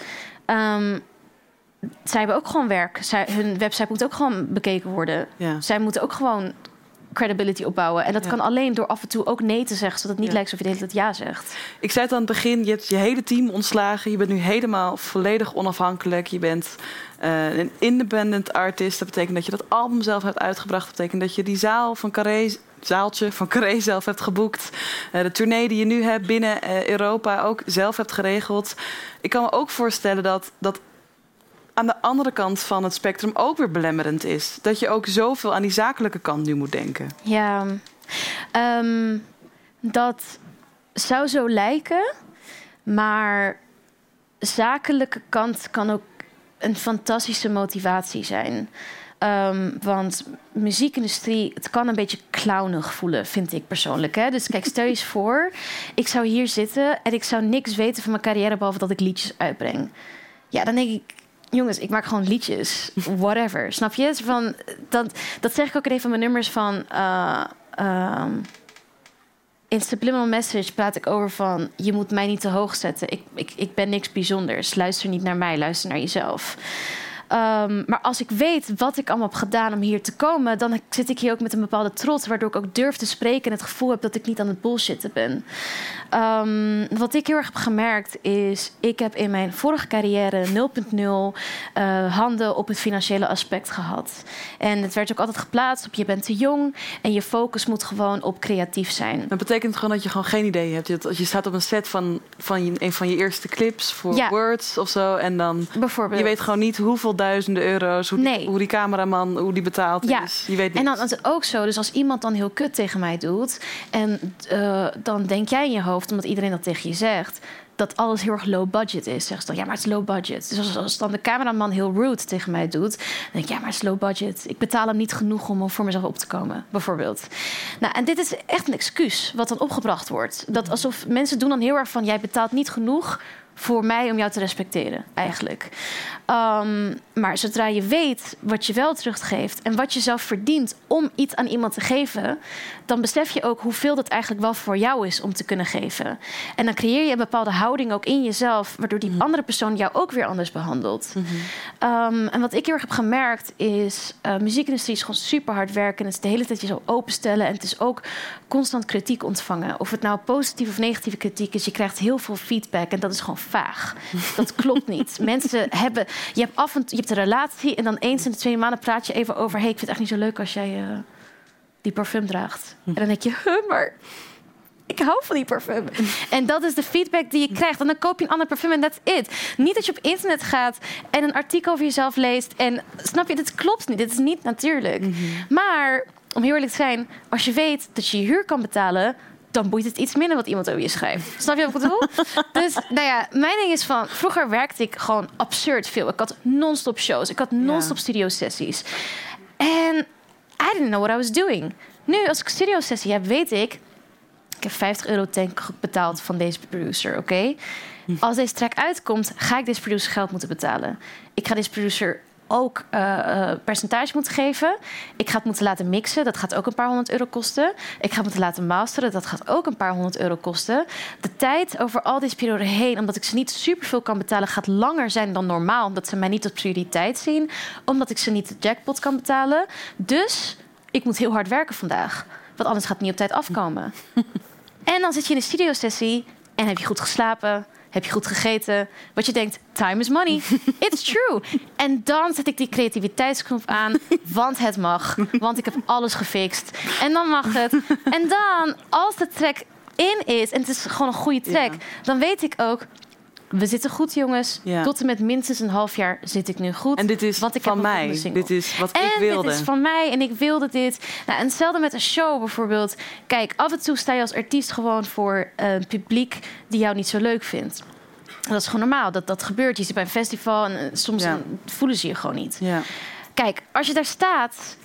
zij hebben ook gewoon werk. Hun website moet ook gewoon bekeken worden. Ja. Zij moeten ook gewoon... credibility opbouwen. En dat kan alleen door af en toe ook nee te zeggen... zodat het niet lijkt alsof je de hele tijd ja zegt. Ik zei het aan het begin, je hebt je hele team ontslagen. Je bent nu helemaal volledig onafhankelijk. Je bent een independent artist. Dat betekent dat je dat album zelf hebt uitgebracht. Dat betekent dat je die zaaltje van Carré zelf hebt geboekt. De tournee die je nu hebt binnen Europa ook zelf hebt geregeld. Ik kan me ook voorstellen dat aan de andere kant van het spectrum ook weer belemmerend is. Dat je ook zoveel aan die zakelijke kant nu moet denken. Ja, dat zou zo lijken. Maar zakelijke kant kan ook een fantastische motivatie zijn. Want muziekindustrie, het kan een beetje clownig voelen, vind ik persoonlijk. Hè? Dus kijk, stel je eens voor, ik zou hier zitten en ik zou niks weten van mijn carrière behalve dat ik liedjes uitbreng. Ja, dan denk ik, jongens, ik maak gewoon liedjes. Whatever. Snap je? Van, dat zeg ik ook in een van mijn nummers van... in Subliminal Message praat ik over van... je moet mij niet te hoog zetten. Ik ben niks bijzonders. Luister niet naar mij, luister naar jezelf. Maar als ik weet wat ik allemaal heb gedaan om hier te komen... dan zit ik hier ook met een bepaalde trots... waardoor ik ook durf te spreken en het gevoel heb... dat ik niet aan het bullshitten ben. Wat ik heel erg heb gemerkt is... ik heb in mijn vorige carrière 0.0 handen op het financiële aspect gehad. En het werd ook altijd geplaatst op je bent te jong... en je focus moet gewoon op creatief zijn. Dat betekent gewoon dat je gewoon geen idee hebt. Je staat op een set van een van je eerste clips voor Words of zo... en dan bijvoorbeeld. Je weet gewoon niet hoeveel duizenden euro's... hoe die cameraman, hoe die betaald is. Je weet niet. En dan is het ook zo, dus als iemand dan heel kut tegen mij doet... en dan denk jij in je hoofd, omdat iedereen dat tegen je zegt... dat alles heel erg low budget is. Zeg ze dan, ja, maar het is low budget. Dus als dan de cameraman heel rude tegen mij doet... dan denk ik, ja, maar het is low budget. Ik betaal hem niet genoeg om voor mezelf op te komen, bijvoorbeeld. Nou, en dit is echt een excuus wat dan opgebracht wordt. Dat alsof mensen doen dan heel erg van... jij betaalt niet genoeg voor mij om jou te respecteren, eigenlijk. Maar zodra je weet wat je wel teruggeeft... en wat je zelf verdient om iets aan iemand te geven... dan besef je ook hoeveel dat eigenlijk wel voor jou is om te kunnen geven. En dan creëer je een bepaalde houding ook in jezelf... waardoor die andere persoon jou ook weer anders behandelt. En wat ik heel erg heb gemerkt is... muziekindustrie is gewoon super hard werken... en het is de hele tijd je zo openstellen... en het is ook constant kritiek ontvangen. Of het nou positieve of negatieve kritiek is... je krijgt heel veel feedback en dat is gewoon vaag. Dat klopt niet. Mensen hebben... Je hebt een relatie en dan eens in de 2 maanden praat je even over... hey, ik vind het echt niet zo leuk als jij die parfum draagt. En dan denk je, maar ik hou van die parfum. En dat is de feedback die je krijgt. En dan koop je een ander parfum en that's it. Niet dat je op internet gaat en een artikel over jezelf leest... en snap je, dit klopt niet. Dit is niet natuurlijk. Maar, om heel eerlijk te zijn... als je weet dat je je huur kan betalen... dan boeit het iets minder wat iemand over je schrijft. Snap je wat ik bedoel? Dus, nou ja, mijn ding is van... Vroeger werkte ik gewoon absurd veel. Ik had non-stop shows. Ik had non-stop studiosessies. En I didn't know what I was doing. Nu, als ik een studiosessie heb, weet ik... Ik heb €50 tank betaald van deze producer, oké? Als deze track uitkomt, ga ik deze producer geld moeten betalen. Ik ga deze producer ook percentage moeten geven. Ik ga het moeten laten mixen. Dat gaat ook een paar €100 kosten. Ik ga het moeten laten masteren. Dat gaat ook een paar €100 kosten. De tijd over al deze periode heen, omdat ik ze niet superveel kan betalen, gaat langer zijn dan normaal. Omdat ze mij niet als prioriteit zien. Omdat ik ze niet de jackpot kan betalen. Dus ik moet heel hard werken vandaag. Want anders gaat het niet op tijd afkomen. En dan zit je in een studiosessie en heb je goed geslapen. Heb je goed gegeten? Wat je denkt, time is money. It's true. En dan zet ik die creativiteitsknop aan. Want het mag. Want ik heb alles gefixt. En dan mag het. En dan, als de track in is... en het is gewoon een goede track... dan weet ik ook... we zitten goed, jongens. Ja. Tot en met minstens een half jaar zit ik nu goed. En dit is want ik van mij. Dit is wat ik wilde. Dit is van mij en ik wilde dit. Nou, en hetzelfde met een show bijvoorbeeld. Kijk, af en toe sta je als artiest gewoon voor een publiek die jou niet zo leuk vindt. Dat is gewoon normaal. Dat gebeurt. Je zit bij een festival en soms voelen ze je gewoon niet. Ja. Kijk, als je daar staat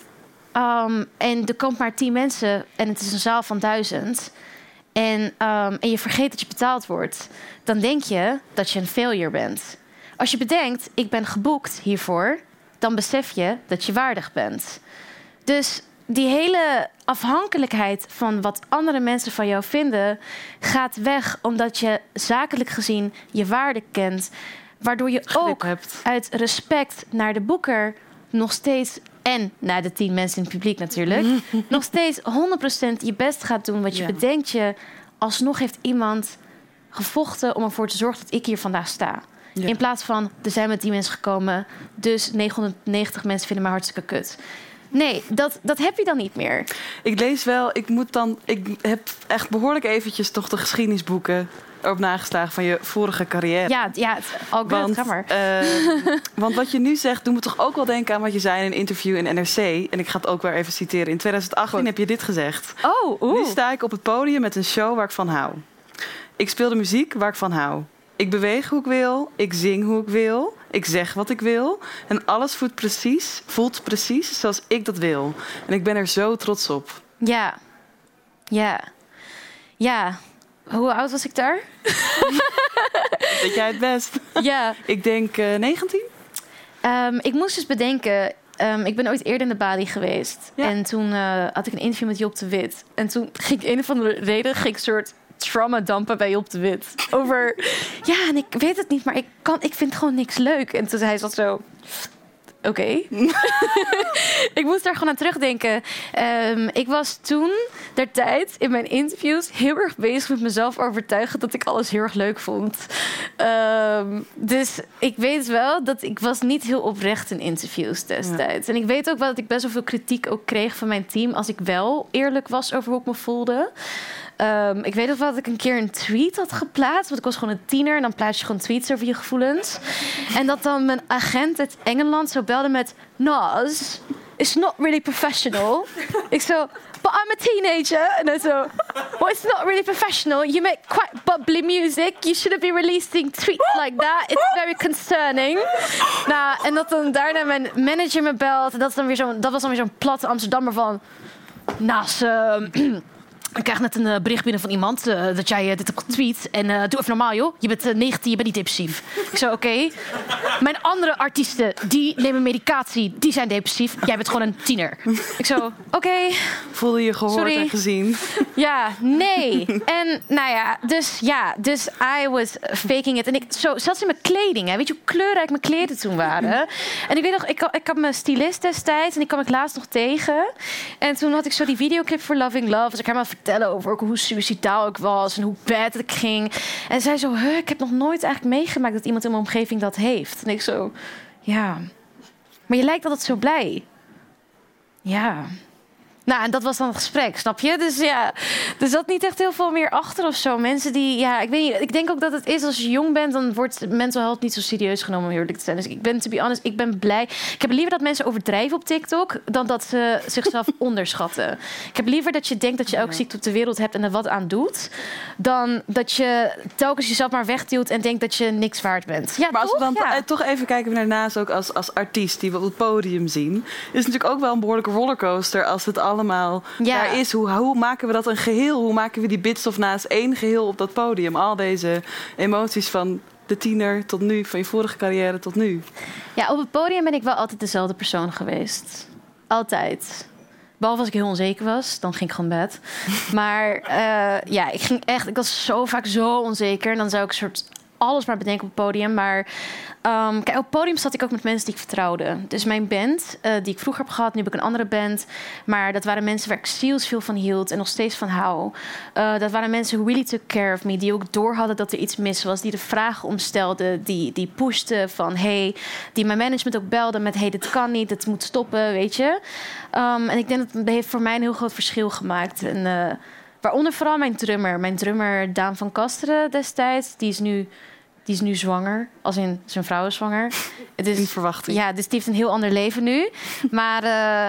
en er komt maar 10 mensen en het is een zaal van 1000... En je vergeet dat je betaald wordt... dan denk je dat je een failure bent. Als je bedenkt, ik ben geboekt hiervoor... dan besef je dat je waardig bent. Dus die hele afhankelijkheid van wat andere mensen van jou vinden... gaat weg omdat je zakelijk gezien je waarde kent... waardoor je ook uit respect naar de boeker nog steeds... en naar de 10 mensen in het publiek natuurlijk... nog steeds 100% je best gaat doen wat je bedenkt je... alsnog heeft iemand gevochten om ervoor te zorgen dat ik hier vandaag sta. Ja. In plaats van, er zijn met 10 mensen gekomen... dus 990 mensen vinden mij hartstikke kut. Nee, dat heb je dan niet meer. Ik lees wel, ik heb echt behoorlijk eventjes toch de geschiedenisboeken... erop nageslagen van je vorige carrière. Ja, al goed, ga maar. Want wat je nu zegt, doet me toch ook wel denken aan wat je zei in een interview in NRC. En ik ga het ook weer even citeren. In 2018 heb je dit gezegd. Nu sta ik op het podium met een show waar ik van hou. Ik speel de muziek waar ik van hou. Ik beweeg hoe ik wil. Ik zing hoe ik wil. Ik zeg wat ik wil. En alles voelt precies zoals ik dat wil. En ik ben er zo trots op. Ja. Hoe oud was ik daar? Weet jij het best? Ja. Ik denk 19. Ik moest dus bedenken... ik ben ooit eerder in de Bali geweest. Ja. En toen had ik een interview met Job de Wit. En toen ging ik een of andere reden... ging ik een soort trauma dampen bij Job de Wit. Over... Ja, en ik weet het niet, maar ik vind gewoon niks leuk. En toen zei hij dat zo... Oké. Ik moest daar gewoon aan terugdenken. Ik was toen, der tijd, in mijn interviews... heel erg bezig met mezelf overtuigen... dat ik alles heel erg leuk vond. Dus ik weet wel dat ik was niet heel oprecht in interviews destijds. Ja. En ik weet ook wel dat ik best wel veel kritiek ook kreeg van mijn team... als ik wel eerlijk was over hoe ik me voelde... ik weet nog wel dat ik een keer een tweet had geplaatst. Want ik was gewoon een tiener. En dan plaats je gewoon tweets over je gevoelens. En dat dan mijn agent uit Engeland zo belde met... Naz, it's not really professional. Ik zo, but I'm a teenager. En hij zo, well, it's not really professional. You make quite bubbly music. You shouldn't be releasing tweets like that. It's very concerning. Nou, en dat dan daarna mijn manager me belt. En dat was dan weer zo'n platte Amsterdammer van... Naz, ik krijg net een bericht binnen van iemand dat jij dit hebt getweet. En doe even normaal, joh. Je bent 19, je bent niet depressief. Ik zo, oké. Mijn andere artiesten, die nemen medicatie. Die zijn depressief. Jij bent gewoon een tiener. Ik zo, oké. Voelde je gehoord en gezien? Ja, nee. En nou ja, dus I was faking it. En zelfs in mijn kleding, hè. Weet je hoe kleurrijk mijn kleren toen waren? En ik weet nog, ik had mijn stylist destijds. En die kwam ik laatst nog tegen. En toen had ik zo die videoclip voor Loving Love. Dus ik helemaal vertellen over hoe suicidaal ik was en hoe bad het ging. En zij zo, ik heb nog nooit eigenlijk meegemaakt dat iemand in mijn omgeving dat heeft. En ik zo, ja. Maar je lijkt altijd zo blij. Ja. Nou, en dat was dan het gesprek, snap je? Dus ja, er zat niet echt heel veel meer achter of zo. Mensen die, ja, ik weet niet, ik denk ook dat het is als je jong bent, dan wordt mental health niet zo serieus genomen, om eerlijk te zijn. Dus ik ben, to be honest, ik ben blij. Ik heb liever dat mensen overdrijven op TikTok dan dat ze zichzelf onderschatten. Ik heb liever dat je denkt dat je elke ziekte op de wereld hebt en er wat aan doet, dan dat je telkens jezelf maar wegduwt en denkt dat je niks waard bent. Ja, maar als we dan Ja. toch even kijken naar naast ook als artiest die we op het podium zien, is het natuurlijk ook wel een behoorlijke rollercoaster als het allemaal daar is. Hoe maken we dat een geheel? Hoe maken we die Bits of Na's één geheel op dat podium? Al deze emoties van de tiener tot nu, van je vorige carrière tot nu. Ja, op het podium ben ik wel altijd dezelfde persoon geweest. Altijd. Behalve als ik heel onzeker was, dan ging ik gewoon bed. Maar ik was zo vaak zo onzeker. En dan zou ik soort alles maar bedenken op het podium. Maar kijk, op het podium zat ik ook met mensen die ik vertrouwde. Dus mijn band, die ik vroeger heb gehad, nu heb ik een andere band. Maar dat waren mensen waar ik zielsveel van hield en nog steeds van hou. Dat waren mensen who really took care of me. Die ook door hadden dat er iets mis was. Die de vragen omstelden. Die pushten van hey. Die mijn management ook belden met hey, dit kan niet. Dit moet stoppen, weet je. En ik denk dat heeft voor mij een heel groot verschil gemaakt. En waaronder vooral mijn drummer Daan van Kasteren destijds. Die is nu zwanger, als in zijn vrouw is zwanger. Het is niet verwachting. Ja, dus die heeft een heel ander leven nu. Maar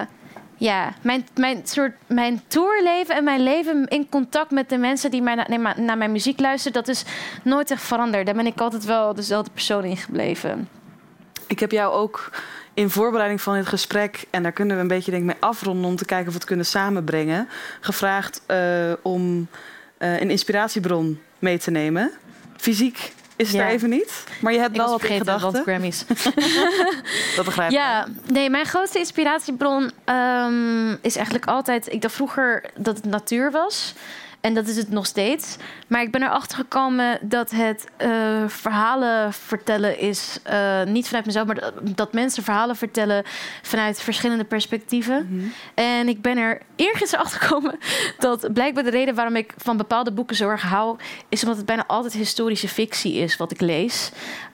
mijn tourleven en mijn leven in contact met de mensen die naar mijn muziek luisteren, dat is nooit echt veranderd. Daar ben ik altijd wel dezelfde persoon in gebleven. Ik heb jou ook in voorbereiding van dit gesprek, en daar kunnen we een beetje denk ik mee afronden om te kijken of we het kunnen samenbrengen, gevraagd om een inspiratiebron mee te nemen. Fysiek is het er even niet, maar je hebt wel wat in gedachten. Want Grammys. Dat begrijp ik. Ja, nee, mijn grootste inspiratiebron is eigenlijk altijd. Ik dacht vroeger dat het natuur was. En dat is het nog steeds. Maar ik ben erachter gekomen dat het verhalen vertellen is. Niet vanuit mezelf, maar dat mensen verhalen vertellen vanuit verschillende perspectieven. Mm-hmm. En ik ben er eergisteren achter gekomen dat blijkbaar de reden waarom ik van bepaalde boeken zo erg hou, is omdat het bijna altijd historische fictie is wat ik lees.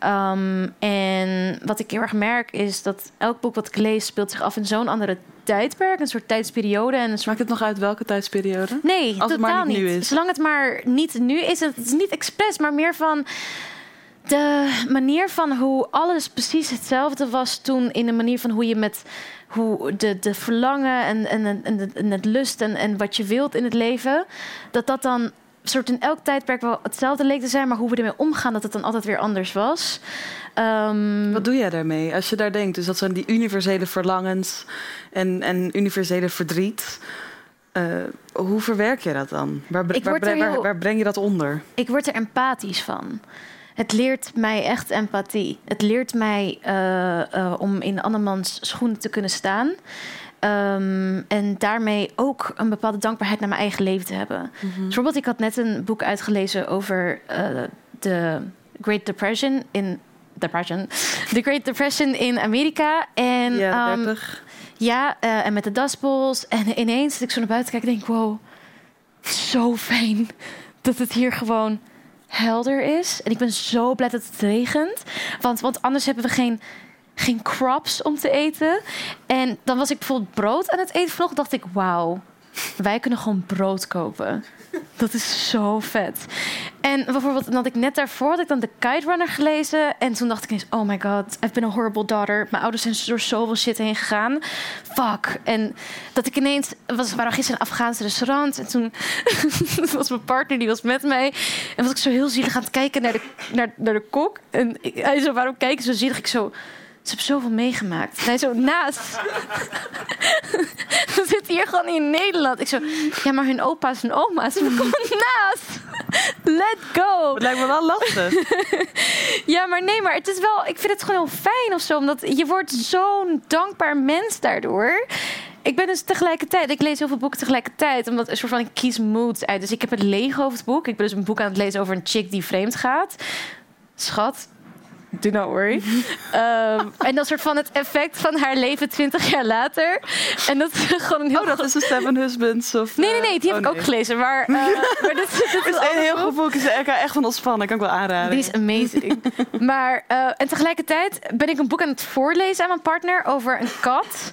En wat ik heel erg merk is dat elk boek wat ik lees speelt zich af in zo'n andere tijdperk, een soort tijdsperiode. En een soort... Maakt het nog uit welke tijdsperiode? Nee, als het totaal maar niet nu is. Zolang het maar niet nu is. Het is niet expres, maar meer van de manier van hoe alles precies hetzelfde was toen, in de manier van hoe je met hoe de verlangen en het lust en wat je wilt in het leven, dat dan soort in elk tijdperk wel hetzelfde leek te zijn, maar hoe we ermee omgaan, dat het dan altijd weer anders was. Wat doe jij daarmee als je daar denkt? Dus dat zijn die universele verlangens en universele verdriet. Hoe verwerk je dat dan? Waar breng je dat onder? Ik word er empathisch van. Het leert mij echt empathie. Het leert mij om in andermans schoenen te kunnen staan. En daarmee ook een bepaalde dankbaarheid naar mijn eigen leven te hebben. Mm-hmm. Bijvoorbeeld, ik had net een boek uitgelezen over de Great Depression in The Great Depression in Amerika. En, ja, 30. En met de Dust Bowls. En ineens dat ik zo naar buiten kijk en denk, wow, zo fijn dat het hier gewoon helder is. En ik ben zo blij dat het regent. Want anders hebben we geen crops om te eten. En dan was ik bijvoorbeeld brood aan het eten vanochtend. Dacht ik, wauw, wij kunnen gewoon brood kopen. Dat is zo vet. En bijvoorbeeld, had ik net daarvoor had ik dan The Kite Runner gelezen. En toen dacht ik eens, oh my god, I've been a horrible daughter. Mijn ouders zijn door zoveel shit heen gegaan. Fuck. En dat ik ineens, we waren gisteren in een Afghaans restaurant. En toen was mijn partner, die was met mij. En was ik zo heel zielig aan het kijken naar de kok. En hij zo, waarom kijken zo zielig? Ik zo, ze hebben zoveel meegemaakt. En hij zo, naast. We zitten hier gewoon in Nederland. Ik zo, ja, maar hun opa's en oma's. We komen naast. Let go. Het lijkt me wel lastig. Ja, maar het is wel, ik vind het gewoon heel fijn of zo. Omdat je wordt zo'n dankbaar mens daardoor. Ik ben dus tegelijkertijd, ik lees heel veel boeken tegelijkertijd. Omdat een soort van, ik kies moods uit. Dus ik heb het leeg over het boek. Ik ben dus een boek aan het lezen over een chick die vreemd gaat. Schat, do not worry. En dat soort van het effect van haar leven 20 jaar later. En dat is gewoon een heel... dat is de Seven Husbands? Of, nee, die heb ik ook gelezen. Maar dit is een heel goed boek. Ik kan echt van ontspannen. Kan ik wel aanraden. Die is amazing. Maar, en tegelijkertijd ben ik een boek aan het voorlezen aan mijn partner over een kat.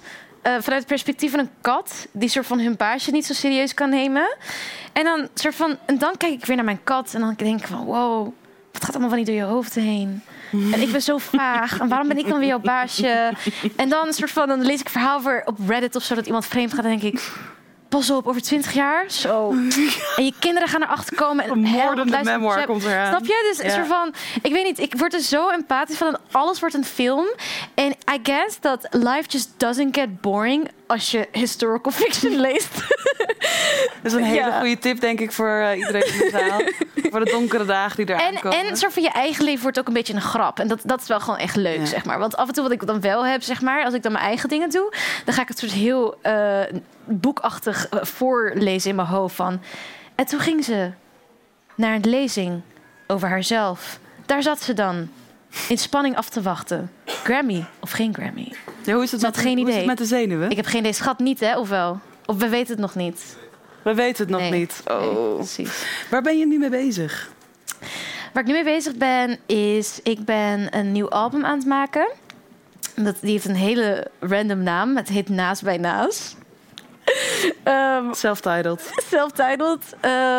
vanuit het perspectief van een kat die soort van hun baasje niet zo serieus kan nemen. En dan kijk ik weer naar mijn kat en dan denk ik van wow, wat gaat allemaal van niet door je hoofd heen? En ik ben zo vaag. En waarom ben ik dan weer jouw baasje? En dan dan lees ik een verhaal weer op Reddit of zo dat iemand vreemd gaat en denk ik, pas op, over 20 jaar, zo. En je kinderen gaan erachter komen. Een moordende memoir komt eraan. Snap je? Dus ik weet niet, ik word er zo empathisch van en alles wordt een film. En I guess that life just doesn't get boring als je historical fiction leest. Dat is een hele goede tip, denk ik, voor iedereen in de zaal. Voor de donkere dagen die eraan komen. En soort van je eigen leven wordt ook een beetje een grap. En dat is wel gewoon echt leuk, zeg maar. Want af en toe wat ik dan wel heb, zeg maar, als ik dan mijn eigen dingen doe, dan ga ik het soort heel boekachtig voorlezen in mijn hoofd van. En toen ging ze naar een lezing over haarzelf. Daar zat ze dan in spanning af te wachten. Grammy of geen Grammy? Ja, hoe is het met de zenuwen? Ik heb geen idee. Schat niet, hè? Of wel? Of we weten het nog niet. We weten het nog niet. Oh. Nee, precies. Waar ben je nu mee bezig? Waar ik nu mee bezig ben, is ik ben een nieuw album aan het maken. Die heeft een hele random naam. Het heet Naas bij Naas. Self-titled. Self-titled.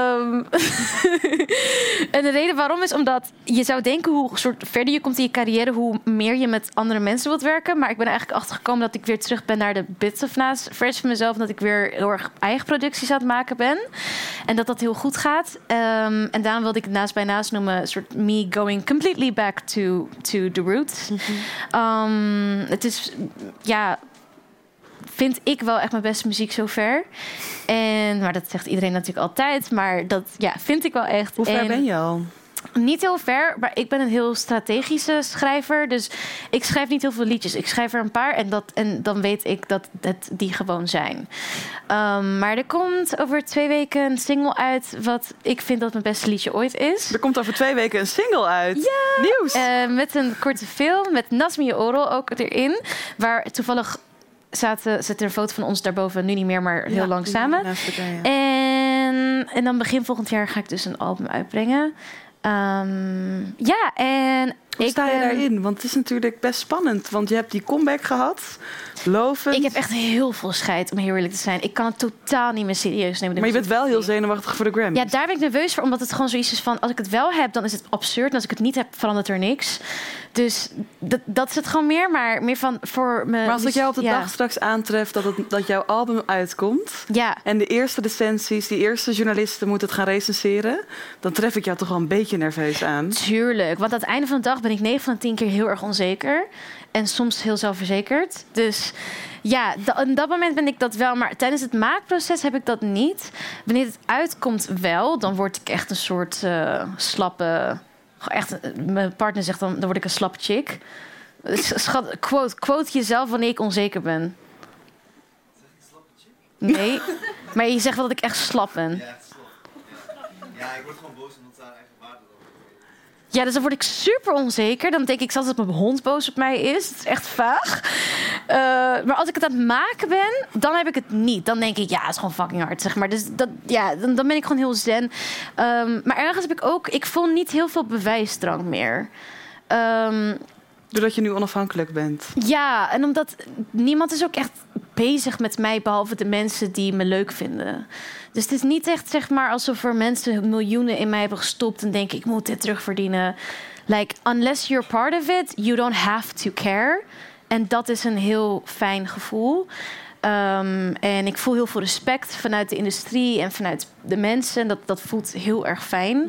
En de reden waarom is omdat je zou denken hoe soort verder je komt in je carrière, hoe meer je met andere mensen wilt werken. Maar ik ben er eigenlijk achtergekomen dat ik weer terug ben naar de Bits of Naas versie van mezelf. Dat ik weer heel erg eigen producties aan het maken ben. En dat heel goed gaat. En daarom wilde ik het Naas bij Naas noemen. Een soort me going completely back to the roots. Het is, vind ik wel echt mijn beste muziek zover. Maar dat zegt iedereen natuurlijk altijd. Maar dat vind ik wel echt. Hoe ver ben je al? Niet heel ver, maar ik ben een heel strategische schrijver. Dus ik schrijf niet heel veel liedjes. Ik schrijf er een paar en dan weet ik dat het die gewoon zijn. Maar er komt over 2 weken een single uit wat ik vind dat mijn beste liedje ooit is. Er komt over 2 weken een single uit. Ja! Nieuws! Met een korte film, met Nazmi Oral ook erin. Waar toevallig zit er een foto van ons daarboven, nu niet meer, maar heel lang samen. En dan begin volgend jaar ga ik dus een album uitbrengen. Hoe sta je daarin? Want het is natuurlijk best spannend. Want je hebt die comeback gehad. Lovend. Ik heb echt heel veel scheid, om heel eerlijk te zijn. Ik kan het totaal niet meer serieus nemen. Maar je bent wel heel zenuwachtig voor de Grammys. Ja, daar ben ik nerveus voor. Omdat het gewoon zoiets is van, als ik het wel heb, dan is het absurd. En als ik het niet heb, verandert er niks. Dus dat is het gewoon meer. Maar meer van voor me. Maar als ik jou op de dag straks aantref dat jouw album uitkomt. Ja. En de eerste recensies, die eerste journalisten moeten het gaan recenseren. Dan tref ik jou toch wel een beetje nerveus aan. Tuurlijk. Want aan het einde van de dag ben ik 9 van de 10 keer heel erg onzeker. En soms heel zelfverzekerd. Dus ja, in dat moment ben ik dat wel. Maar tijdens het maakproces heb ik dat niet. Wanneer het uitkomt wel, dan word ik echt een soort slappe. Echt, mijn partner zegt dan word ik een slappe chick. Schat, quote jezelf wanneer ik onzeker ben. Zeg ik slappe chick? Nee, maar je zegt wel dat ik echt slap ben. Ja, het is slap. Ja, ik word gewoon boos omdat daar eigen waarde over is. Ja, dus dan word ik super onzeker. Dan denk ik zelfs dat mijn hond boos op mij is. Het is echt vaag. Maar als ik het aan het maken ben, dan heb ik het niet. Dan denk ik, ja, het is gewoon fucking hard, zeg maar. Dus dan ben ik gewoon heel zen. Maar ergens heb ik ook... Ik voel niet heel veel bewijsdrang meer. Doordat je nu onafhankelijk bent. Ja, en omdat niemand is ook echt bezig met mij, behalve de mensen die me leuk vinden. Dus het is niet echt, zeg maar, alsof er mensen miljoenen in mij hebben gestopt en denken, ik moet dit terugverdienen. Like, unless you're part of it, you don't have to care. En dat is een heel fijn gevoel. En ik voel heel veel respect vanuit de industrie en vanuit de mensen. En dat voelt heel erg fijn.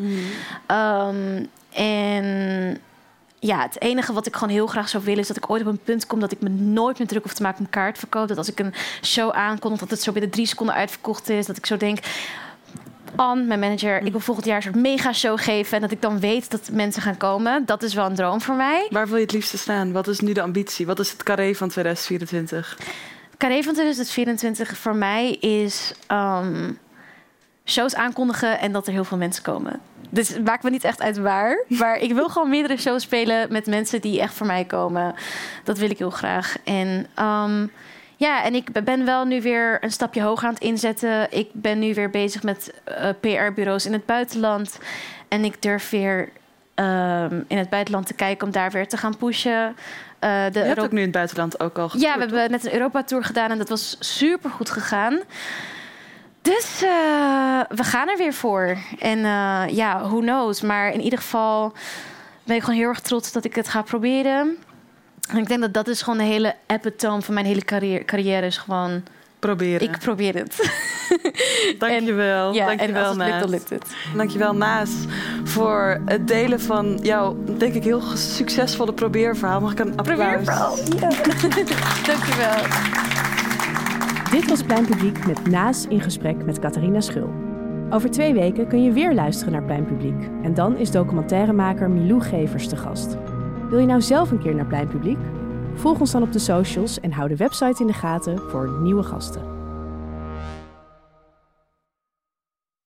En ja, het enige wat ik gewoon heel graag zou willen is dat ik ooit op een punt kom dat ik me nooit meer druk hoef te maken om kaartverkoop. Dat als ik een show aankondig, dat het zo binnen 3 seconden uitverkocht is. Dat ik zo denk, Anne, mijn manager, ik wil volgend jaar een soort mega show geven. En dat ik dan weet dat mensen gaan komen. Dat is wel een droom voor mij. Waar wil je het liefste staan? Wat is nu de ambitie? Wat is het carré van 2024? Het carré van 2024 voor mij is shows aankondigen en dat er heel veel mensen komen. Dus het maakt me niet echt uit waar. Maar ik wil gewoon meerdere shows spelen met mensen die echt voor mij komen. Dat wil ik heel graag. En en ik ben wel nu weer een stapje hoger aan het inzetten. Ik ben nu weer bezig met PR-bureaus in het buitenland. En ik durf weer in het buitenland te kijken om daar weer te gaan pushen. Je hebt ook nu in het buitenland ook al getoerd, Ja, we hebben net een Europa-tour gedaan en dat was super goed gegaan. Dus we gaan er weer voor. En who knows. Maar in ieder geval ben ik gewoon heel erg trots dat ik het ga proberen. En ik denk dat is gewoon de hele epitome van mijn hele carrière. Is gewoon... Proberen. Ik probeer het. Dankjewel. En als het Naas. lukt, dan lukt het. Dankjewel, Naas, voor het delen van jouw, denk ik, heel succesvolle probeerverhaal. Mag ik een applaus? Probeerverhaal. Ja. Dankjewel. Dit was Pleinpubliek met Naas in gesprek met Catharina Schul. Over 2 weken kun je weer luisteren naar Pleinpubliek. En dan is documentairemaker Milou Gevers te gast. Wil je nou zelf een keer naar Pleinpubliek? Volg ons dan op de socials en hou de website in de gaten voor nieuwe gasten.